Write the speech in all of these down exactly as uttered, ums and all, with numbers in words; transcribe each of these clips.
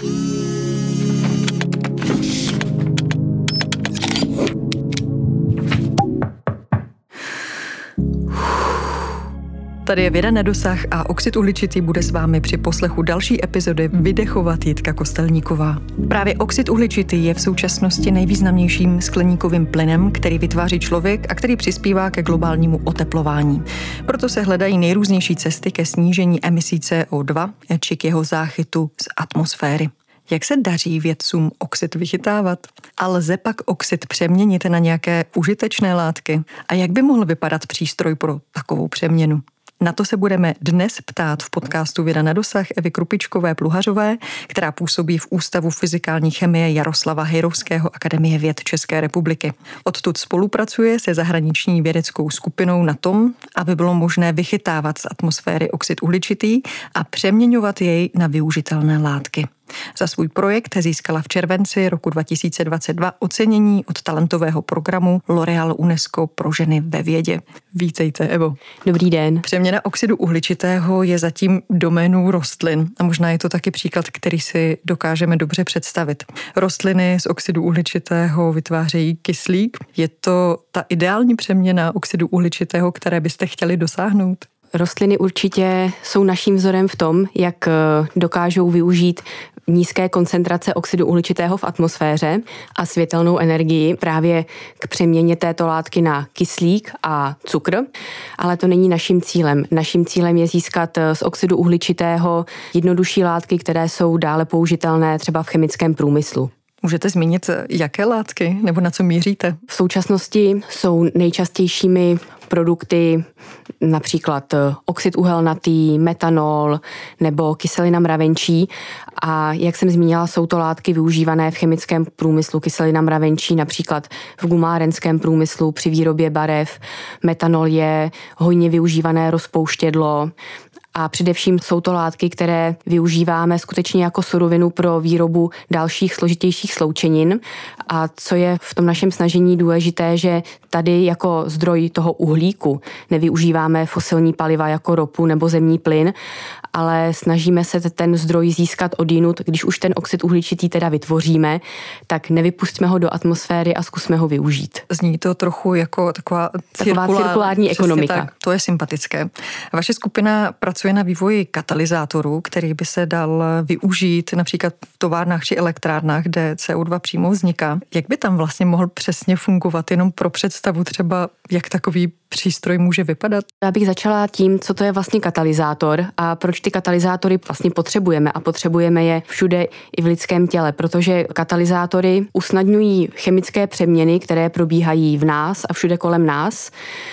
Tady je Věda na dosah a oxid uhličitý bude s vámi při poslechu další epizody vydechovat Jitka Kostelníková. Právě oxid uhličitý je v současnosti nejvýznamnějším skleníkovým plynem, který vytváří člověk a který přispívá ke globálnímu oteplování. Proto se hledají nejrůznější cesty ke snížení emisí C O dva či k jeho záchytu z atmosféry. Jak se daří vědcům oxid vychytávat? A lze pak oxid přeměnit na nějaké užitečné látky? A jak by mohl vypadat přístroj pro takovou přeměnu? Na to se budeme dnes ptát v podcastu Věda na dosah Evy Krupičkové-Pluhařové, která působí v Ústavu fyzikální chemie Jaroslava Hejrovského Akademie věd České republiky. Odtud spolupracuje se zahraniční vědeckou skupinou na tom, aby bylo možné vychytávat z atmosféry oxid uhličitý a přeměňovat jej na využitelné látky. Za svůj projekt získala v červenci roku dva tisíce dvacet dva ocenění od talentového programu L'Oréal UNESCO pro ženy ve vědě. Vítejte, Evo. Dobrý den. Přeměna oxidu uhličitého je zatím doménou rostlin a možná je to taky příklad, který si dokážeme dobře představit. Rostliny z oxidu uhličitého vytvářejí kyslík. Je to ta ideální přeměna oxidu uhličitého, které byste chtěli dosáhnout? Rostliny určitě jsou naším vzorem v tom, jak dokážou využít nízké koncentrace oxidu uhličitého v atmosféře a světelnou energii právě k přeměně této látky na kyslík a cukr, ale to není naším cílem. Naším cílem je získat z oxidu uhličitého jednodušší látky, které jsou dále použitelné třeba v chemickém průmyslu. Můžete zmínit, jaké látky nebo na co míříte? V současnosti jsou nejčastějšími produkty například oxid uhelnatý, metanol nebo kyselina mravenčí. A jak jsem zmínila, jsou to látky využívané v chemickém průmyslu. Kyselina mravenčí například v gumárenském průmyslu při výrobě barev. Metanol je hojně využívané rozpouštědlo. A především jsou to látky, které využíváme skutečně jako surovinu pro výrobu dalších složitějších sloučenin. A co je v tom našem snažení důležité, že tady jako zdroj toho uhlíku nevyužíváme fosilní paliva jako ropu nebo zemní plyn, ale snažíme se ten zdroj získat odjinud. Když už ten oxid uhličitý teda vytvoříme, tak nevypustíme ho do atmosféry a zkusme ho využít. Zní to trochu jako taková, taková cirkulár, cirkulární ekonomika. Tak, to je sympatické. Vaše skupina pracuje na vývoji katalyzátoru, který by se dal využít například v továrnách či elektrárnách, kde C O dva přímo vzniká. Jak by tam vlastně mohl přesně fungovat, jenom pro představu třeba, jak takový přístroj může vypadat? Já bych začala tím, co to je vlastně katalyzátor a proč ty katalyzátory vlastně potřebujeme a potřebujeme je všude i v lidském těle, protože katalyzátory usnadňují chemické přeměny, které probíhají v nás a všude kolem nás.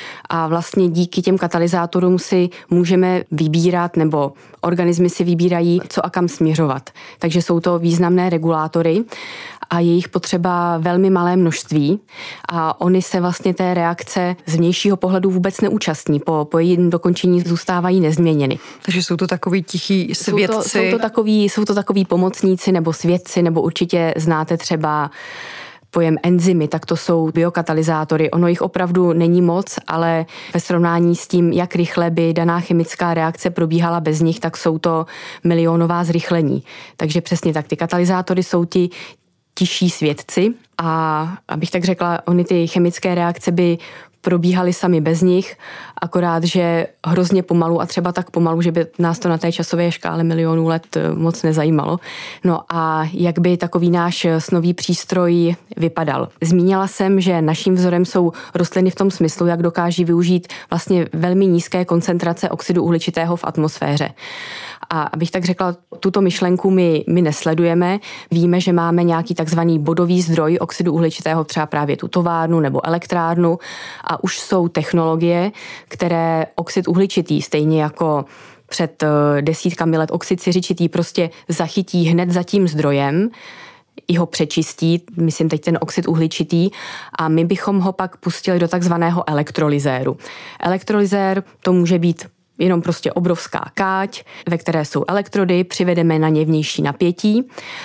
A vlastně díky těm katalyzátorům si můžeme vybírat, nebo organismy si vybírají, co a kam směřovat. Takže jsou to významné regulátory a je jich potřeba velmi malé množství a oni se vlastně té reakce z vnějšího pohledu vůbec neúčastní. Po, po jejím dokončení zůstávají nezměněny. Takže jsou to takoví tichí svědci? Jsou to, jsou to takoví, jsou to takoví pomocníci nebo svědci, nebo určitě znáte třeba pojem enzymy, tak to jsou biokatalyzátory. Ono jich opravdu není moc, ale ve srovnání s tím, jak rychle by daná chemická reakce probíhala bez nich, tak jsou to milionová zrychlení. Takže přesně tak, ty katalyzátory jsou ti tiší svědci a abych tak řekla, oni ty chemické reakce by probíhaly sami bez nich, akorát, že hrozně pomalu a třeba tak pomalu, že by nás to na té časové škále milionů let moc nezajímalo. No a jak by takový náš snový přístroj vypadal? Zmínila jsem, že naším vzorem jsou rostliny v tom smyslu, jak dokáží využít vlastně velmi nízké koncentrace oxidu uhličitého v atmosféře. A abych tak řekla, tuto myšlenku my, my nesledujeme. Víme, že máme nějaký takzvaný bodový zdroj oxidu uhličitého, třeba právě tu továrnu nebo elektrárnu a už jsou technologie, které oxid uhličitý, stejně jako před desítkami let oxid siřičitý, prostě zachytí hned za tím zdrojem, i ho přečistí, myslím teď ten oxid uhličitý, a my bychom ho pak pustili do takzvaného elektrolyzéru. Elektrolyzér to může být jenom prostě obrovská káť, ve které jsou elektrody, přivedeme na ně vnější napětí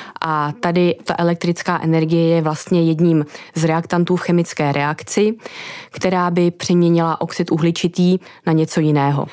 a tady ta elektrická energie je vlastně jedním z reaktantů v chemické reakci, která by přeměnila oxid uhličitý na něco jiného.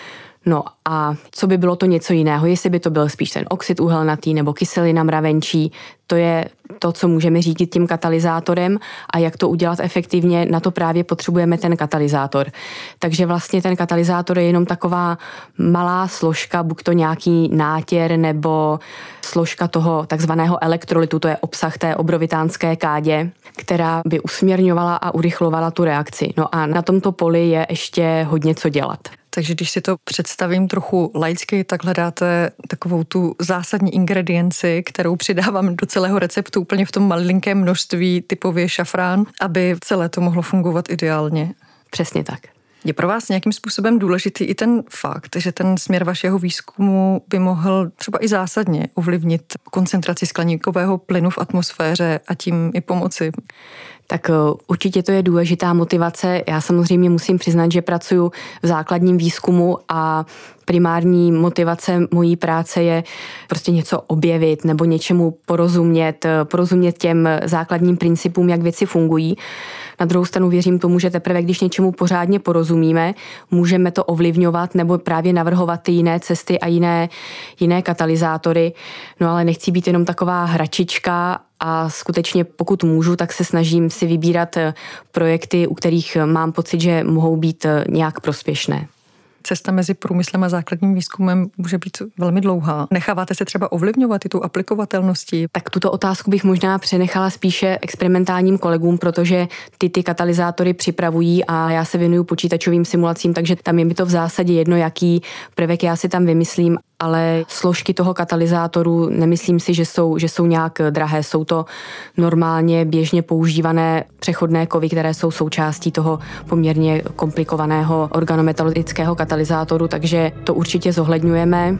No a co by bylo to něco jiného, jestli by to byl spíš ten oxid uhelnatý nebo kyselina mravenčí, to je to, co můžeme řídit tím katalyzátorem a jak to udělat efektivně, na to právě potřebujeme ten katalyzátor. Takže vlastně ten katalyzátor je jenom taková malá složka, buď to nějaký nátěr nebo složka toho takzvaného elektrolytu, to je obsah té obrovitánské kádě, která by usměrňovala a urychlovala tu reakci. No a na tomto poli je ještě hodně co dělat. Takže když si to představím trochu laicky, tak hledáte takovou tu zásadní ingredienci, kterou přidávám do celého receptu úplně v tom malinkém množství, typově šafrán, aby celé to mohlo fungovat ideálně. Přesně tak. Je pro vás nějakým způsobem důležitý i ten fakt, že ten směr vašeho výzkumu by mohl třeba i zásadně ovlivnit koncentraci skleníkového plynu v atmosféře a tím i pomoci? Tak určitě to je důležitá motivace. Já samozřejmě musím přiznat, že pracuji v základním výzkumu a primární motivace mojí práce je prostě něco objevit nebo něčemu porozumět, porozumět těm základním principům, jak věci fungují. Na druhou stranu věřím tomu, že teprve, když něčemu pořádně porozumíme, můžeme to ovlivňovat nebo právě navrhovat ty jiné cesty a jiné, jiné katalyzátory. No ale nechci být jenom taková hračička a skutečně pokud můžu, tak se snažím si vybírat projekty, u kterých mám pocit, že mohou být nějak prospěšné. Cesta mezi průmyslem a základním výzkumem může být velmi dlouhá. Necháváte se třeba ovlivňovat i tu aplikovatelností? Tak tuto otázku bych možná přenechala spíše experimentálním kolegům, protože ty ty katalyzátory připravují a já se věnuju počítačovým simulacím, takže tam je mi to v zásadě jedno, jaký prvek já si tam vymyslím, ale složky toho katalyzátoru nemyslím si, že jsou, že jsou nějak drahé. Jsou to normálně běžně používané přechodné kovy, které jsou součástí toho poměrně komplikovaného organometallického katalyzátoru, takže to určitě zohledňujeme.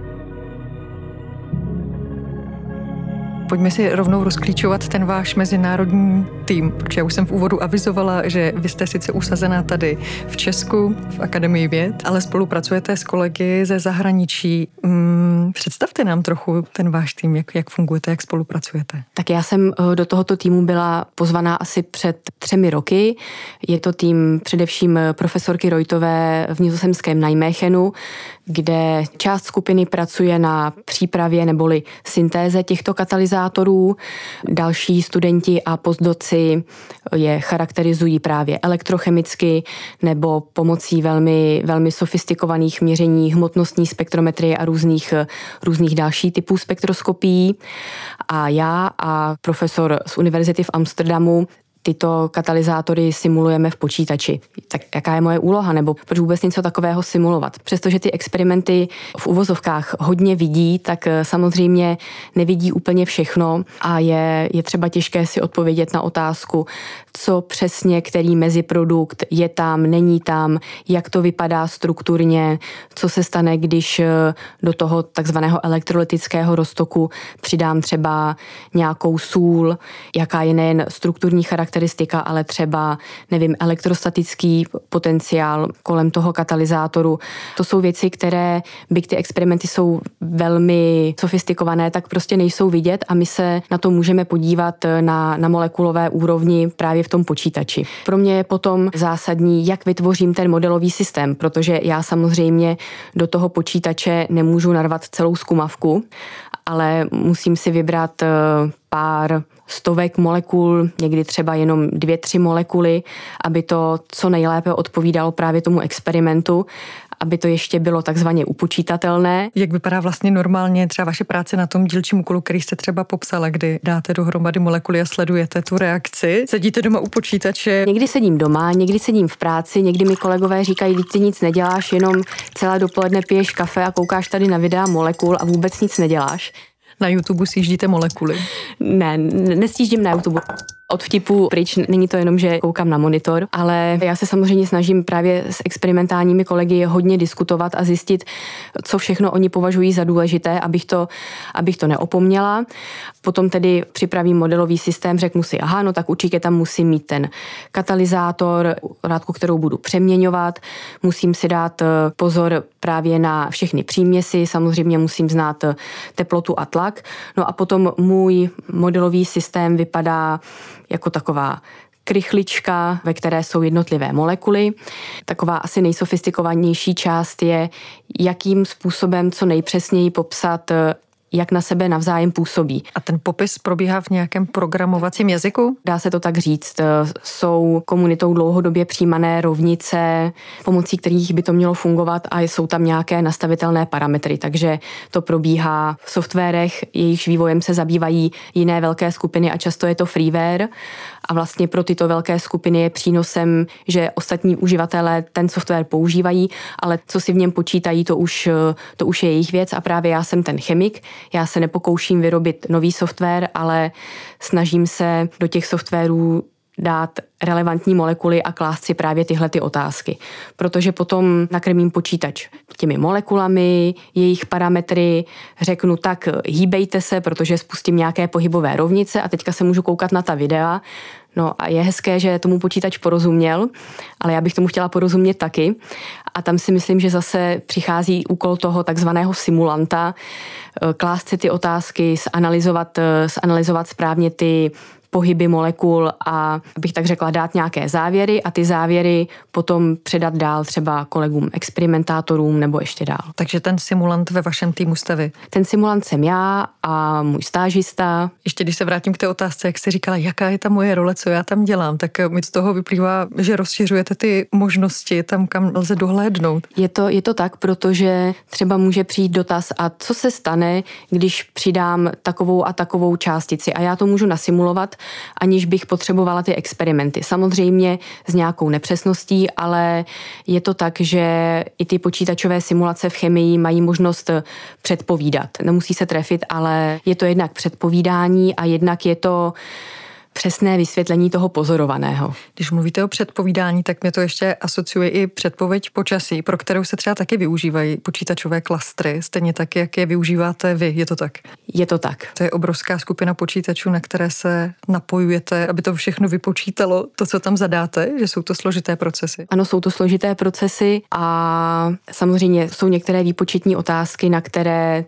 Pojďme si rovnou rozklíčovat ten váš mezinárodní tým, protože já už jsem v úvodu avizovala, že vy jste sice usazená tady v Česku, v Akademii věd, ale spolupracujete s kolegy ze zahraničí. Hmm, představte nám trochu ten váš tým, jak, jak fungujete, jak spolupracujete. Tak já jsem do tohoto týmu byla pozvaná asi před třemi roky. Je to tým především profesorky Reutové v nizozemském Nijmechenu, kde část skupiny pracuje na přípravě neboli syntéze těchto katalyzátorů. Další studenti a postdoci je charakterizují právě elektrochemicky nebo pomocí velmi, velmi sofistikovaných měření hmotnostní spektrometrie a různých, různých dalších typů spektroskopií. A já a profesor z Univerzity v Amsterdamu tyto katalyzátory simulujeme v počítači. Tak jaká je moje úloha, nebo proč vůbec něco takového simulovat? Přestože ty experimenty v uvozovkách hodně vidí, tak samozřejmě nevidí úplně všechno a je, je třeba těžké si odpovědět na otázku, co přesně, který meziprodukt je tam, není tam, jak to vypadá strukturně, co se stane, když do toho takzvaného elektrolytického roztoku přidám třeba nějakou sůl, jaká je nejen strukturní charakteristika, ale třeba, nevím, elektrostatický potenciál kolem toho katalyzátoru. To jsou věci, které, byť ty experimenty jsou velmi sofistikované, tak prostě nejsou vidět a my se na to můžeme podívat na, na molekulové úrovni právě v tom počítači. Pro mě je potom zásadní, jak vytvořím ten modelový systém, protože já samozřejmě do toho počítače nemůžu narvat celou zkumavku, ale musím si vybrat pár stovek molekul, někdy třeba jenom dvě, tři molekuly, aby to co nejlépe odpovídalo právě tomu experimentu, aby to ještě bylo takzvaně upočítatelné. Jak vypadá vlastně normálně třeba vaše práce na tom dílčím úkolu, který jste třeba popsala, kdy dáte dohromady molekuly a sledujete tu reakci? Sedíte doma u počítače? Někdy sedím doma, někdy sedím v práci, někdy mi kolegové říkají, že ty nic neděláš, jenom celé dopoledne piješ kafe a koukáš tady na videa molekul a vůbec nic neděláš. Na YouTube sjíždíte molekuly? Ne, nesjíždím na YouTube. Od vtipu pryč, není to jenom, že koukám na monitor, ale já se samozřejmě snažím právě s experimentálními kolegy hodně diskutovat a zjistit, co všechno oni považují za důležité, abych to, abych to neopomněla. Potom tedy připravím modelový systém, řeknu si, aha, no tak určitě tam musím mít ten katalyzátor, látku, kterou budu přeměňovat, musím si dát pozor právě na všechny příměsi, samozřejmě musím znát teplotu a tlak. No a potom můj modelový systém vypadá jako taková krychlička, ve které jsou jednotlivé molekuly. Taková asi nejsofistikovanější část je, jakým způsobem co nejpřesněji popsat, jak na sebe navzájem působí. A ten popis probíhá v nějakém programovacím jazyku? Dá se to tak říct. Jsou komunitou dlouhodobě přijímané rovnice, pomocí kterých by to mělo fungovat a jsou tam nějaké nastavitelné parametry, takže to probíhá v softwarech, jejichž vývojem se zabývají jiné velké skupiny a často je to freeware. A vlastně pro tyto velké skupiny je přínosem, že ostatní uživatelé ten software používají, ale co si v něm počítají, to už, to už je jejich věc a právě já jsem ten chemik. Já se nepokouším vyrobit nový software, ale snažím se do těch softwarů dát relevantní molekuly a klást si právě tyhle ty otázky. Protože potom nakrmím počítač těmi molekulami, jejich parametry, řeknu tak, hýbejte se, protože spustím nějaké pohybové rovnice a teďka se můžu koukat na ta videa. No a je hezké, že tomu počítač porozuměl, ale já bych tomu chtěla porozumět taky. A tam si myslím, že zase přichází úkol toho takzvaného simulanta, klást si ty otázky, zanalyzovat, zanalyzovat správně ty pohyby molekul a, abych tak řekla, dát nějaké závěry a ty závěry potom předat dál třeba kolegům experimentátorům nebo ještě dál. Takže ten simulant ve vašem týmu jste vy? Ten simulant jsem já a můj stážista. Ještě když se vrátím k té otázce, jak jsi říkala, jaká je ta moje role, co já tam dělám, tak mi z toho vyplývá, že rozšiřujete ty možnosti tam, kam lze dohlédnout. Je to, je to tak, protože třeba může přijít dotaz, a co se stane, když přidám takovou a takovou částici a já to můžu nasimulovat, aniž bych potřebovala ty experimenty. Samozřejmě s nějakou nepřesností, ale je to tak, že i ty počítačové simulace v chemii mají možnost předpovídat. Nemusí se trefit, ale je to jednak předpovídání a jednak je to přesné vysvětlení toho pozorovaného. Když mluvíte o předpovídání, tak mě to ještě asociuje i předpověď počasí, pro kterou se třeba taky využívají počítačové klastry, stejně tak, jak je využíváte vy. Je to tak? Je to tak. To je obrovská skupina počítačů, na které se napojujete, aby to všechno vypočítalo, to, co tam zadáte, že jsou to složité procesy. Ano, jsou to složité procesy a samozřejmě jsou některé výpočetní otázky, na které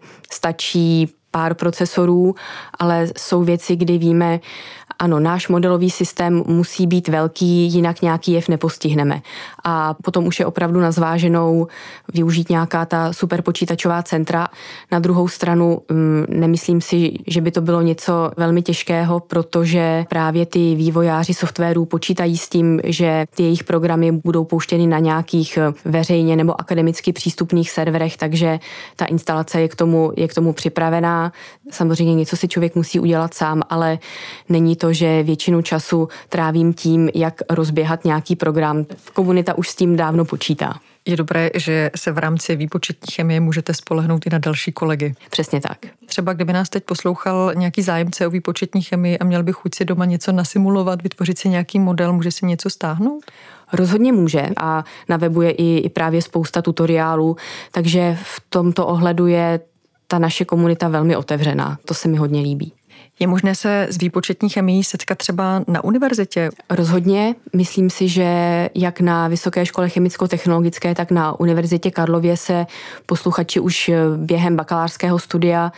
stačí pár procesorů, ale jsou věci, kdy víme, ano, náš modelový systém musí být velký, jinak nějaký jev nepostihneme. A potom už je opravdu na zváženou využít nějaká ta superpočítačová centra. Na druhou stranu nemyslím si, že by to bylo něco velmi těžkého, protože právě ty vývojáři softwarů počítají s tím, že ty jejich programy budou pouštěny na nějakých veřejně nebo akademicky přístupných serverech, takže ta instalace je k tomu, je k tomu připravená. Samozřejmě něco si člověk musí udělat sám, ale není to, že většinu času trávím tím, jak rozběhat nějaký program. Komunita už s tím dávno počítá. Je dobré, že se v rámci výpočetní chemie můžete spolehnout i na další kolegy. Přesně tak. Třeba kdyby nás teď poslouchal nějaký zájemce o výpočetní chemii a měl by chuť si doma něco nasimulovat, vytvořit si nějaký model, může si něco stáhnout? Rozhodně může a na webu je i, i právě spousta tutoriálů, takže v tomto ohledu je ta naše komunita velmi otevřená. To se mi hodně líbí. Je možné se s výpočetní chemií setkat třeba na univerzitě? Rozhodně. Myslím si, že jak na Vysoké škole chemicko-technologické, tak na Univerzitě Karlově se posluchači už během bakalářského studia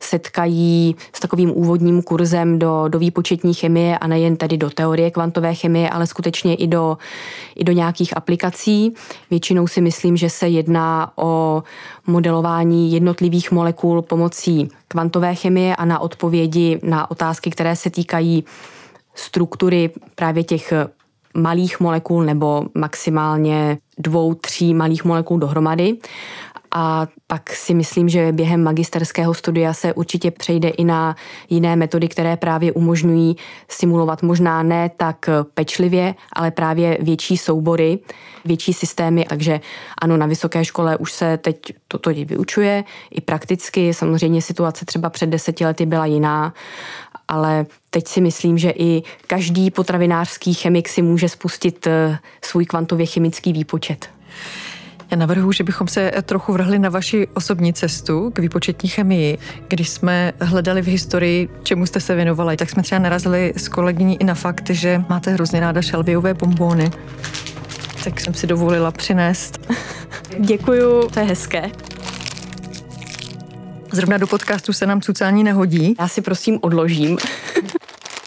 setkají s takovým úvodním kurzem do, do výpočetní chemie a nejen tedy do teorie kvantové chemie, ale skutečně i do, i do nějakých aplikací. Většinou si myslím, že se jedná o modelování jednotlivých molekul pomocí kvantové chemie a na odpovědi na otázky, které se týkají struktury právě těch malých molekul nebo maximálně dvou, tří malých molekul dohromady. A pak si myslím, že během magisterského studia se určitě přejde i na jiné metody, které právě umožňují simulovat možná ne tak pečlivě, ale právě větší soubory, větší systémy. Takže ano, na vysoké škole už se teď toto vyučuje i prakticky. Samozřejmě situace třeba před deseti lety byla jiná, ale teď si myslím, že i každý potravinářský chemik si může spustit svůj kvantově chemický výpočet. Já navrhuji, že bychom se trochu vrhli na vaši osobní cestu k výpočetní chemii. Když jsme hledali v historii, čemu jste se věnovali, tak jsme třeba narazili s kolegyní i na fakt, že máte hrozně ráda šalvějové bonbóny. Tak jsem si dovolila přinést. Děkuju, to je hezké. Zrovna do podcastu se nám cucání nehodí. Já si prosím odložím.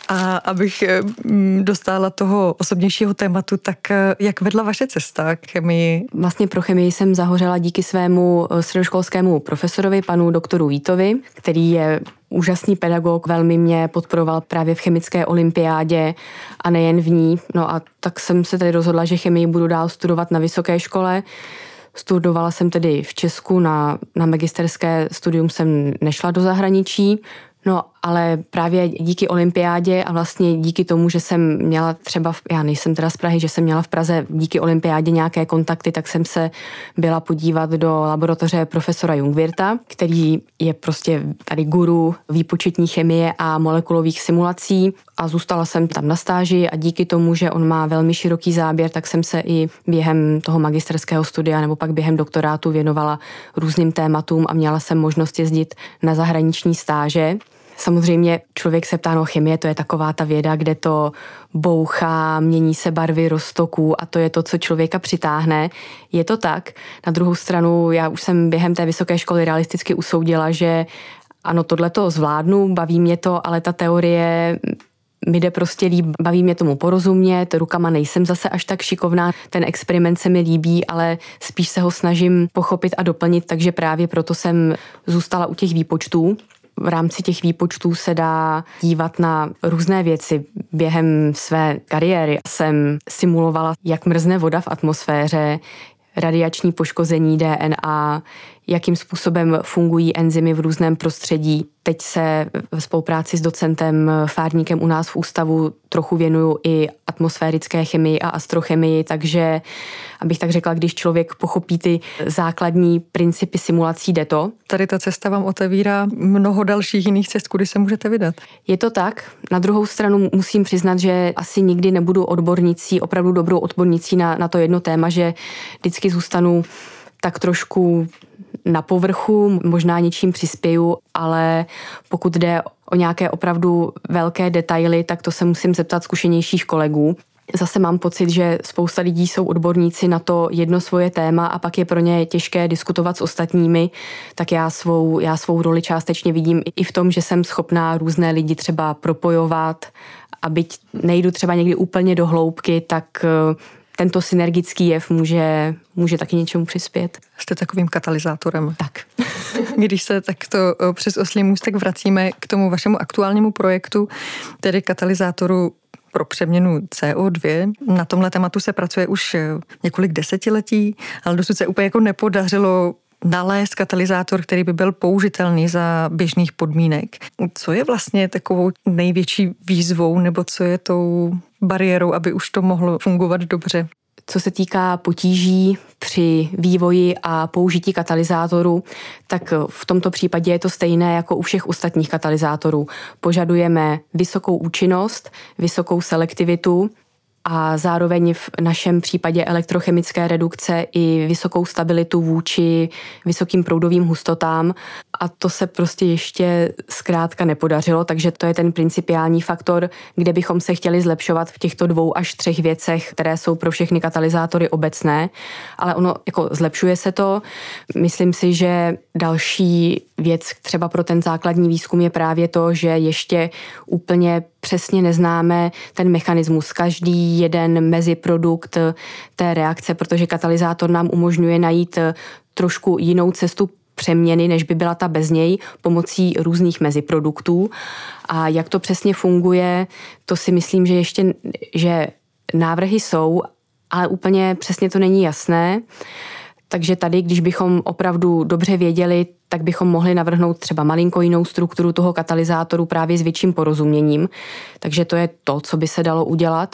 A abych dostala toho osobnějšího tématu, tak jak vedla vaše cesta k chemii? Vlastně pro chemii jsem zahořela díky svému středoškolskému profesorovi, panu doktoru Vítovi, který je úžasný pedagog, velmi mě podporoval právě v chemické olympiádě a nejen v ní. No a tak jsem se tedy rozhodla, že chemii budu dál studovat na vysoké škole. Studovala jsem tedy v Česku, na, na magisterské studium jsem nešla do zahraničí. No, ale právě díky olympiádě a vlastně díky tomu, že jsem měla třeba, já nejsem teda z Prahy, že jsem měla v Praze díky olympiádě nějaké kontakty, tak jsem se byla podívat do laboratoře profesora Jungwirtha, který je prostě tady guru výpočetní chemie a molekulových simulací a zůstala jsem tam na stáži a díky tomu, že on má velmi široký záběr, tak jsem se i během toho magisterského studia nebo pak během doktorátu věnovala různým tématům a měla jsem možnost jezdit na zahraniční stáže. Samozřejmě člověk se ptá, no chemie, to je taková ta věda, kde to bouchá, mění se barvy roztoků a to je to, co člověka přitáhne. Je to tak. Na druhou stranu, já už jsem během té vysoké školy realisticky usoudila, že ano, tohle to zvládnu, baví mě to, ale ta teorie mi jde prostě líp, baví mě tomu porozumět, rukama nejsem zase až tak šikovná, ten experiment se mi líbí, ale spíš se ho snažím pochopit a doplnit, takže právě proto jsem zůstala u těch výpočtů. V rámci těch výpočtů se dá dívat na různé věci. Během své kariéry jsem simulovala, jak mrzne voda v atmosféře, radiační poškození D N A, jakým způsobem fungují enzymy v různém prostředí. Teď se v spolupráci s docentem Fárníkem u nás v ústavu trochu věnuju i atmosférické chemii a astrochemii, takže abych tak řekla, když člověk pochopí ty základní principy simulací, jde to. Tady ta cesta vám otevírá mnoho dalších jiných cest, kudy se můžete vydat. Je to tak. Na druhou stranu musím přiznat, že asi nikdy nebudu odbornicí, opravdu dobrou odbornicí na, na to jedno téma, že vždycky zůstanu tak trošku na povrchu, možná něčím přispěju, ale pokud jde o nějaké opravdu velké detaily, tak to se musím zeptat zkušenějších kolegů. Zase mám pocit, že spousta lidí jsou odborníci na to jedno svoje téma a pak je pro ně těžké diskutovat s ostatními, tak já svou, já svou roli částečně vidím i v tom, že jsem schopná různé lidi třeba propojovat a byť nejdu třeba někdy úplně do hloubky, tak tento synergický jev může, může taky něčemu přispět. Jste takovým katalyzátorem. Tak. Když se takto přes oslý můstek vracíme k tomu vašemu aktuálnímu projektu, tedy katalyzátoru pro přeměnu C O dva. Na tomhle tématu se pracuje už několik desetiletí, ale dosud se úplně jako nepodařilo nalézt katalyzátor, který by byl použitelný za běžných podmínek. Co je vlastně takovou největší výzvou nebo co je tou bariérou, aby už to mohlo fungovat dobře? Co se týká potíží při vývoji a použití katalyzátoru, tak v tomto případě je to stejné jako u všech ostatních katalyzátorů. Požadujeme vysokou účinnost, vysokou selektivitu a zároveň v našem případě elektrochemické redukce i vysokou stabilitu vůči vysokým proudovým hustotám a to se prostě ještě zkrátka nepodařilo, takže to je ten principiální faktor, kde bychom se chtěli zlepšovat v těchto dvou až třech věcech, které jsou pro všechny katalyzátory obecné, ale ono jako zlepšuje se to. Myslím si, že další věc třeba pro ten základní výzkum je právě to, že ještě úplně přesně neznáme ten mechanismus, každý jeden meziprodukt té reakce, protože katalyzátor nám umožňuje najít trošku jinou cestu přeměny, než by byla ta bez něj, pomocí různých meziproduktů. A jak to přesně funguje, to si myslím, že ještě, že návrhy jsou, ale úplně přesně to není jasné. Takže tady, když bychom opravdu dobře věděli, tak bychom mohli navrhnout třeba malinko jinou strukturu toho katalyzátoru právě s větším porozuměním. Takže to je to, co by se dalo udělat.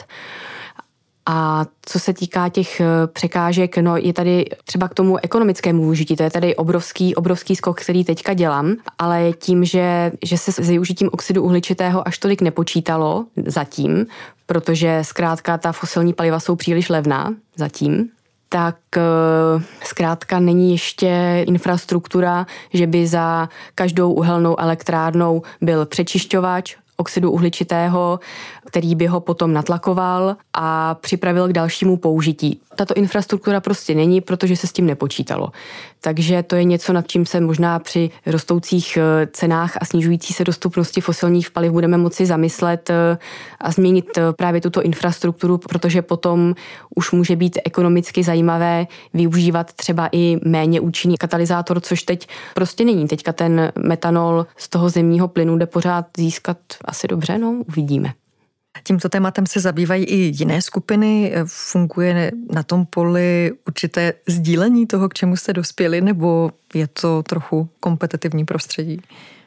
A co se týká těch překážek, no je tady třeba k tomu ekonomickému využití, to je tady obrovský, obrovský skok, který teďka dělám, ale tím, že, že se s využitím oxidu uhličitého až tolik nepočítalo zatím, protože zkrátka ta fosilní paliva jsou příliš levná zatím, tak zkrátka není ještě infrastruktura, že by za každou uhelnou elektrárnou byl přečišťovač, oxidu uhličitého, který by ho potom natlakoval a připravil k dalšímu použití. Tato infrastruktura prostě není, protože se s tím nepočítalo. Takže to je něco, nad čím se možná při rostoucích cenách a snižující se dostupnosti fosilních paliv budeme moci zamyslet a změnit právě tuto infrastrukturu, protože potom už může být ekonomicky zajímavé využívat třeba i méně účinný katalyzátor, což teď prostě není. Teďka ten metanol z toho zemního plynu jde pořád získat asi dobře, no, uvidíme. Tímto tématem se zabývají i jiné skupiny. Funguje na tom poli určité sdílení toho, k čemu jste dospěli, nebo je to trochu kompetitivní prostředí?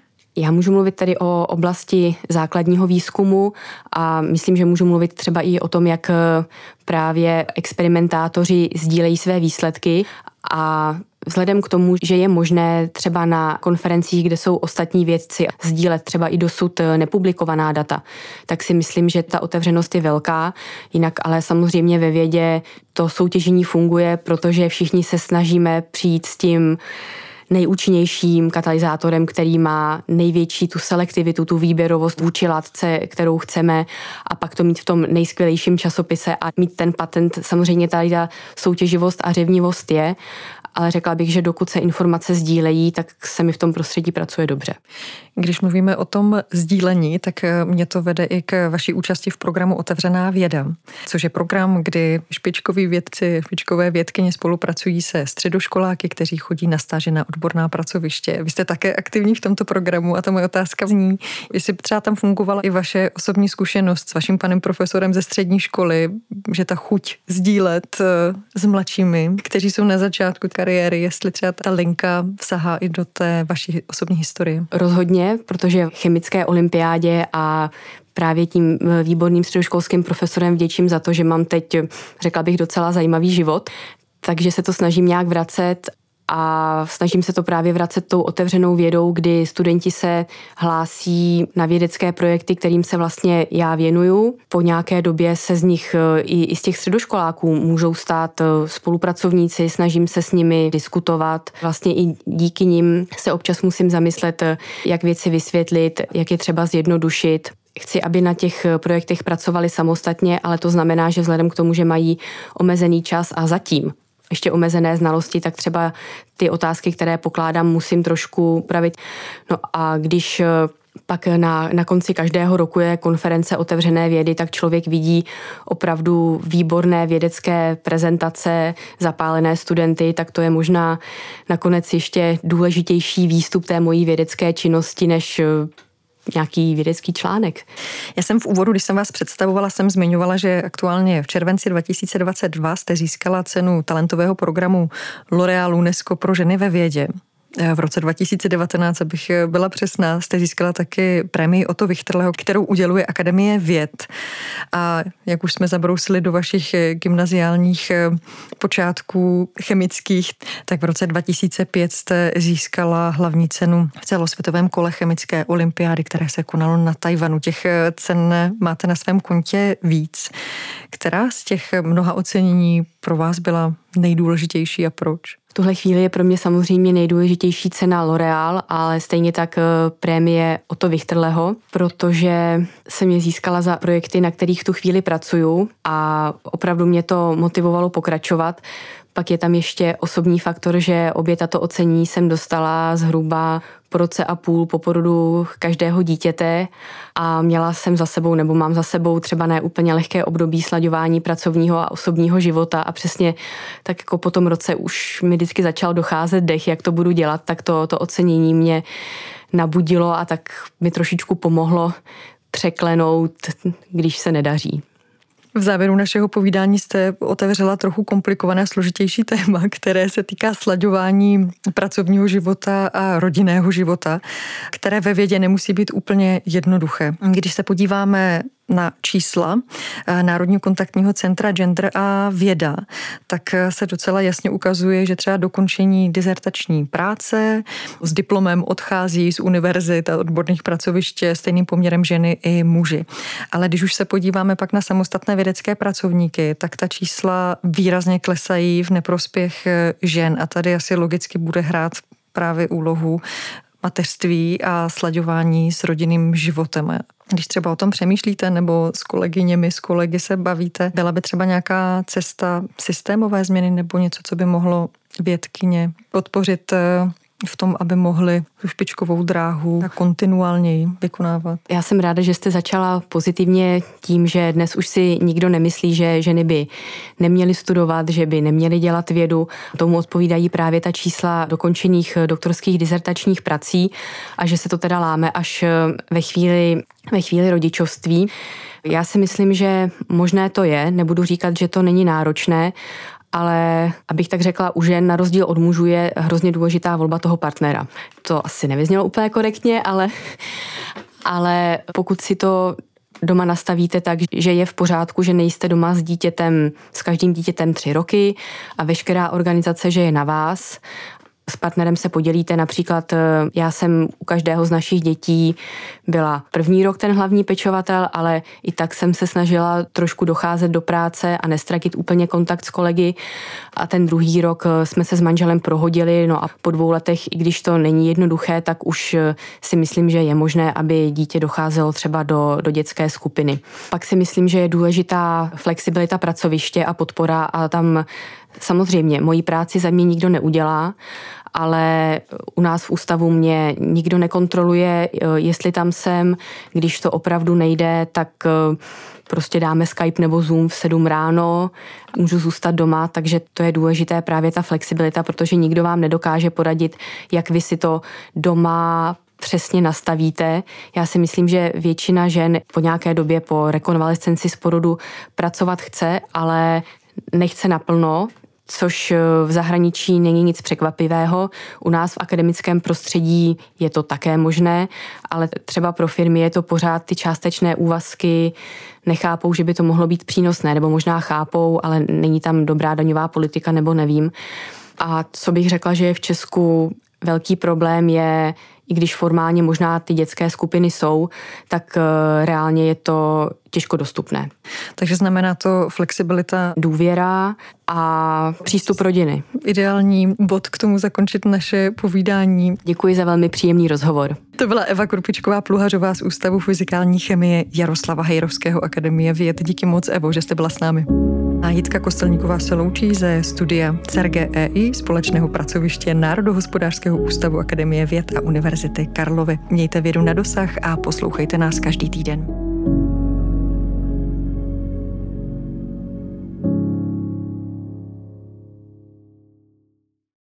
Já můžu mluvit tady o oblasti základního výzkumu a myslím, že můžu mluvit třeba i o tom, jak právě experimentátoři sdílejí své výsledky a vzhledem k tomu, že je možné třeba na konferencích, kde jsou ostatní vědci, sdílet třeba i dosud nepublikovaná data, tak si myslím, že ta otevřenost je velká. Jinak ale samozřejmě ve vědě to soutěžení funguje, protože všichni se snažíme přijít s tím nejúčinnějším katalyzátorem, který má největší tu selektivitu, tu výběrovost vůči látce, kterou chceme, a pak to mít v tom nejskvělejším časopise a mít ten patent. Samozřejmě tady ta soutěživost a řevnivost je, ale řekla bych, že dokud se informace sdílejí, tak se mi v tom prostředí pracuje dobře. Když mluvíme o tom sdílení, tak mě to vede i k vaší účasti v programu Otevřená věda, což je program, kdy špičkoví vědci, špičkové vědkyně spolupracují se středoškoláky, kteří chodí na stáže na odborná pracoviště. Vy jste také aktivní v tomto programu a ta moje otázka zní, jestli třeba tam fungovala i vaše osobní zkušenost s vaším panem profesorem ze střední školy, že ta chuť sdílet s mladšími, kteří jsou na začátku kariéry, jestli třeba ta linka sahá i do té vaší osobní historie. Rozhodně, protože v chemické olympiádě a právě tím výborným středoškolským profesorem vděčím za to, že mám teď, řekla bych, docela zajímavý život, takže se to snažím nějak vracet a snažím se to právě vracet tou otevřenou vědou, kdy studenti se hlásí na vědecké projekty, kterým se vlastně já věnuju. Po nějaké době se z nich i, i z těch středoškoláků můžou stát spolupracovníci, snažím se s nimi diskutovat. Vlastně i díky nim se občas musím zamyslet, jak věci vysvětlit, jak je třeba zjednodušit. Chci, aby na těch projektech pracovali samostatně, ale to znamená, že vzhledem k tomu, že mají omezený čas a zatím ještě omezené znalosti, tak třeba ty otázky, které pokládám, musím trošku upravit. No a když pak na, na konci každého roku je konference Otevřené vědy, tak člověk vidí opravdu výborné vědecké prezentace, zapálené studenty, tak to je možná nakonec ještě důležitější výstup té mojí vědecké činnosti, než nějaký vědecký článek. Já jsem v úvodu, když jsem vás představovala, jsem zmiňovala, že aktuálně v červenci dva tisíce dvacet dva jste získala cenu talentového programu L'Oréal UNESCO pro ženy ve vědě. V roce dva tisíce devatenáct, abych byla přesná, jste získala taky prémii Otto Wichterleho, kterou uděluje Akademie věd. A jak už jsme zabrousili do vašich gymnaziálních počátků chemických, tak v roce dva tisíce pět jste získala hlavní cenu v celosvětovém kole chemické olympiády, které se konalo na Tajvanu. Těch cen máte na svém kontě víc. Která z těch mnoha ocenění pro vás byla nejdůležitější a proč? V tuhle chvíli je pro mě samozřejmě nejdůležitější cena L'Oréal, ale stejně tak prémie Otto Wichterleho, protože jsem je získala za projekty, na kterých v tu chvíli pracuju a opravdu mě to motivovalo pokračovat. Pak je tam ještě osobní faktor, že obě tato ocenění jsem dostala zhruba po roce a půl po porodu každého dítěte a měla jsem za sebou nebo mám za sebou třeba ne úplně lehké období slaďování pracovního a osobního života a přesně tak jako po tom roce už mi vždycky začal docházet dech, jak to budu dělat, tak to, to ocenění mě nabudilo a tak mi trošičku pomohlo překlenout, když se nedaří. V závěru našeho povídání jste otevřela trochu komplikované a složitější téma, které se týká slaďování pracovního života a rodinného života, které ve vědě nemusí být úplně jednoduché. Když se podíváme na čísla Národního kontaktního centra Gender a věda, tak se docela jasně ukazuje, že třeba dokončení dizertační práce s diplomem odchází z univerzit a odborných pracovišť stejným poměrem ženy i muži. Ale když už se podíváme pak na samostatné vědecké pracovníky, tak ta čísla výrazně klesají v neprospěch žen a tady asi logicky bude hrát právě úlohu mateřství a slaďování s rodinným životem. Když třeba o tom přemýšlíte nebo s kolegyněmi, s kolegy se bavíte, byla by třeba nějaká cesta systémové změny nebo něco, co by mohlo vědkyně podpořit v tom, aby mohli tu špičkovou dráhu kontinuálněji vykonávat? Já jsem ráda, že jste začala pozitivně tím, že dnes už si nikdo nemyslí, že ženy by neměly studovat, že by neměly dělat vědu. Tomu odpovídají právě ta čísla dokončených doktorských dizertačních prací a že se to teda láme až ve chvíli, ve chvíli rodičovství. Já si myslím, že možné to je, nebudu říkat, že to není náročné, ale abych tak řekla, u žen na rozdíl od mužů je hrozně důležitá volba toho partnera. To asi nevyznělo úplně korektně, ale, ale pokud si to doma nastavíte tak, že je v pořádku, že nejste doma s dítětem, s každým dítětem tři roky a veškerá organizace, že je na vás, s partnerem se podělíte, například já jsem u každého z našich dětí byla první rok ten hlavní pečovatel, ale i tak jsem se snažila trošku docházet do práce a nestratit úplně kontakt s kolegy a ten druhý rok jsme se s manželem prohodili, no a po dvou letech, i když to není jednoduché, tak už si myslím, že je možné, aby dítě docházelo třeba do, do dětské skupiny. Pak si myslím, že je důležitá flexibilita pracoviště a podpora a tam samozřejmě moji práci za mě nikdo neudělá, ale u nás v ústavu mě nikdo nekontroluje, jestli tam jsem, když to opravdu nejde, tak prostě dáme Skype nebo Zoom v sedm ráno, můžu zůstat doma, takže to je důležité právě ta flexibilita, protože nikdo vám nedokáže poradit, jak vy si to doma přesně nastavíte. Já si myslím, že většina žen po nějaké době po rekonvalescenci z porodu pracovat chce, ale nechce naplno, což v zahraničí není nic překvapivého. U nás v akademickém prostředí je to také možné, ale třeba pro firmy je to pořád ty částečné úvazky, nechápou, že by to mohlo být přínosné, nebo možná chápou, ale není tam dobrá daňová politika, nebo nevím. A co bych řekla, že je v Česku velký problém je, i když formálně možná ty dětské skupiny jsou, tak reálně je to těžko dostupné. Takže znamená to flexibilita, důvěra a přístup rodiny. Ideální bod k tomu zakončit naše povídání. Děkuji za velmi příjemný rozhovor. To byla Eva Krupičková-Pluhařová z Ústavu fyzikální chemie Jaroslava Hejrovského Akademie věd. Díky moc, Evo, že jste byla s námi. A Jitka Kostelníková se loučí ze studia C E R G E I, společného pracoviště Národohospodářského ústavu Akademie věd a Univerzity Karlovy. Mějte vědu na dosah a poslouchejte nás každý týden.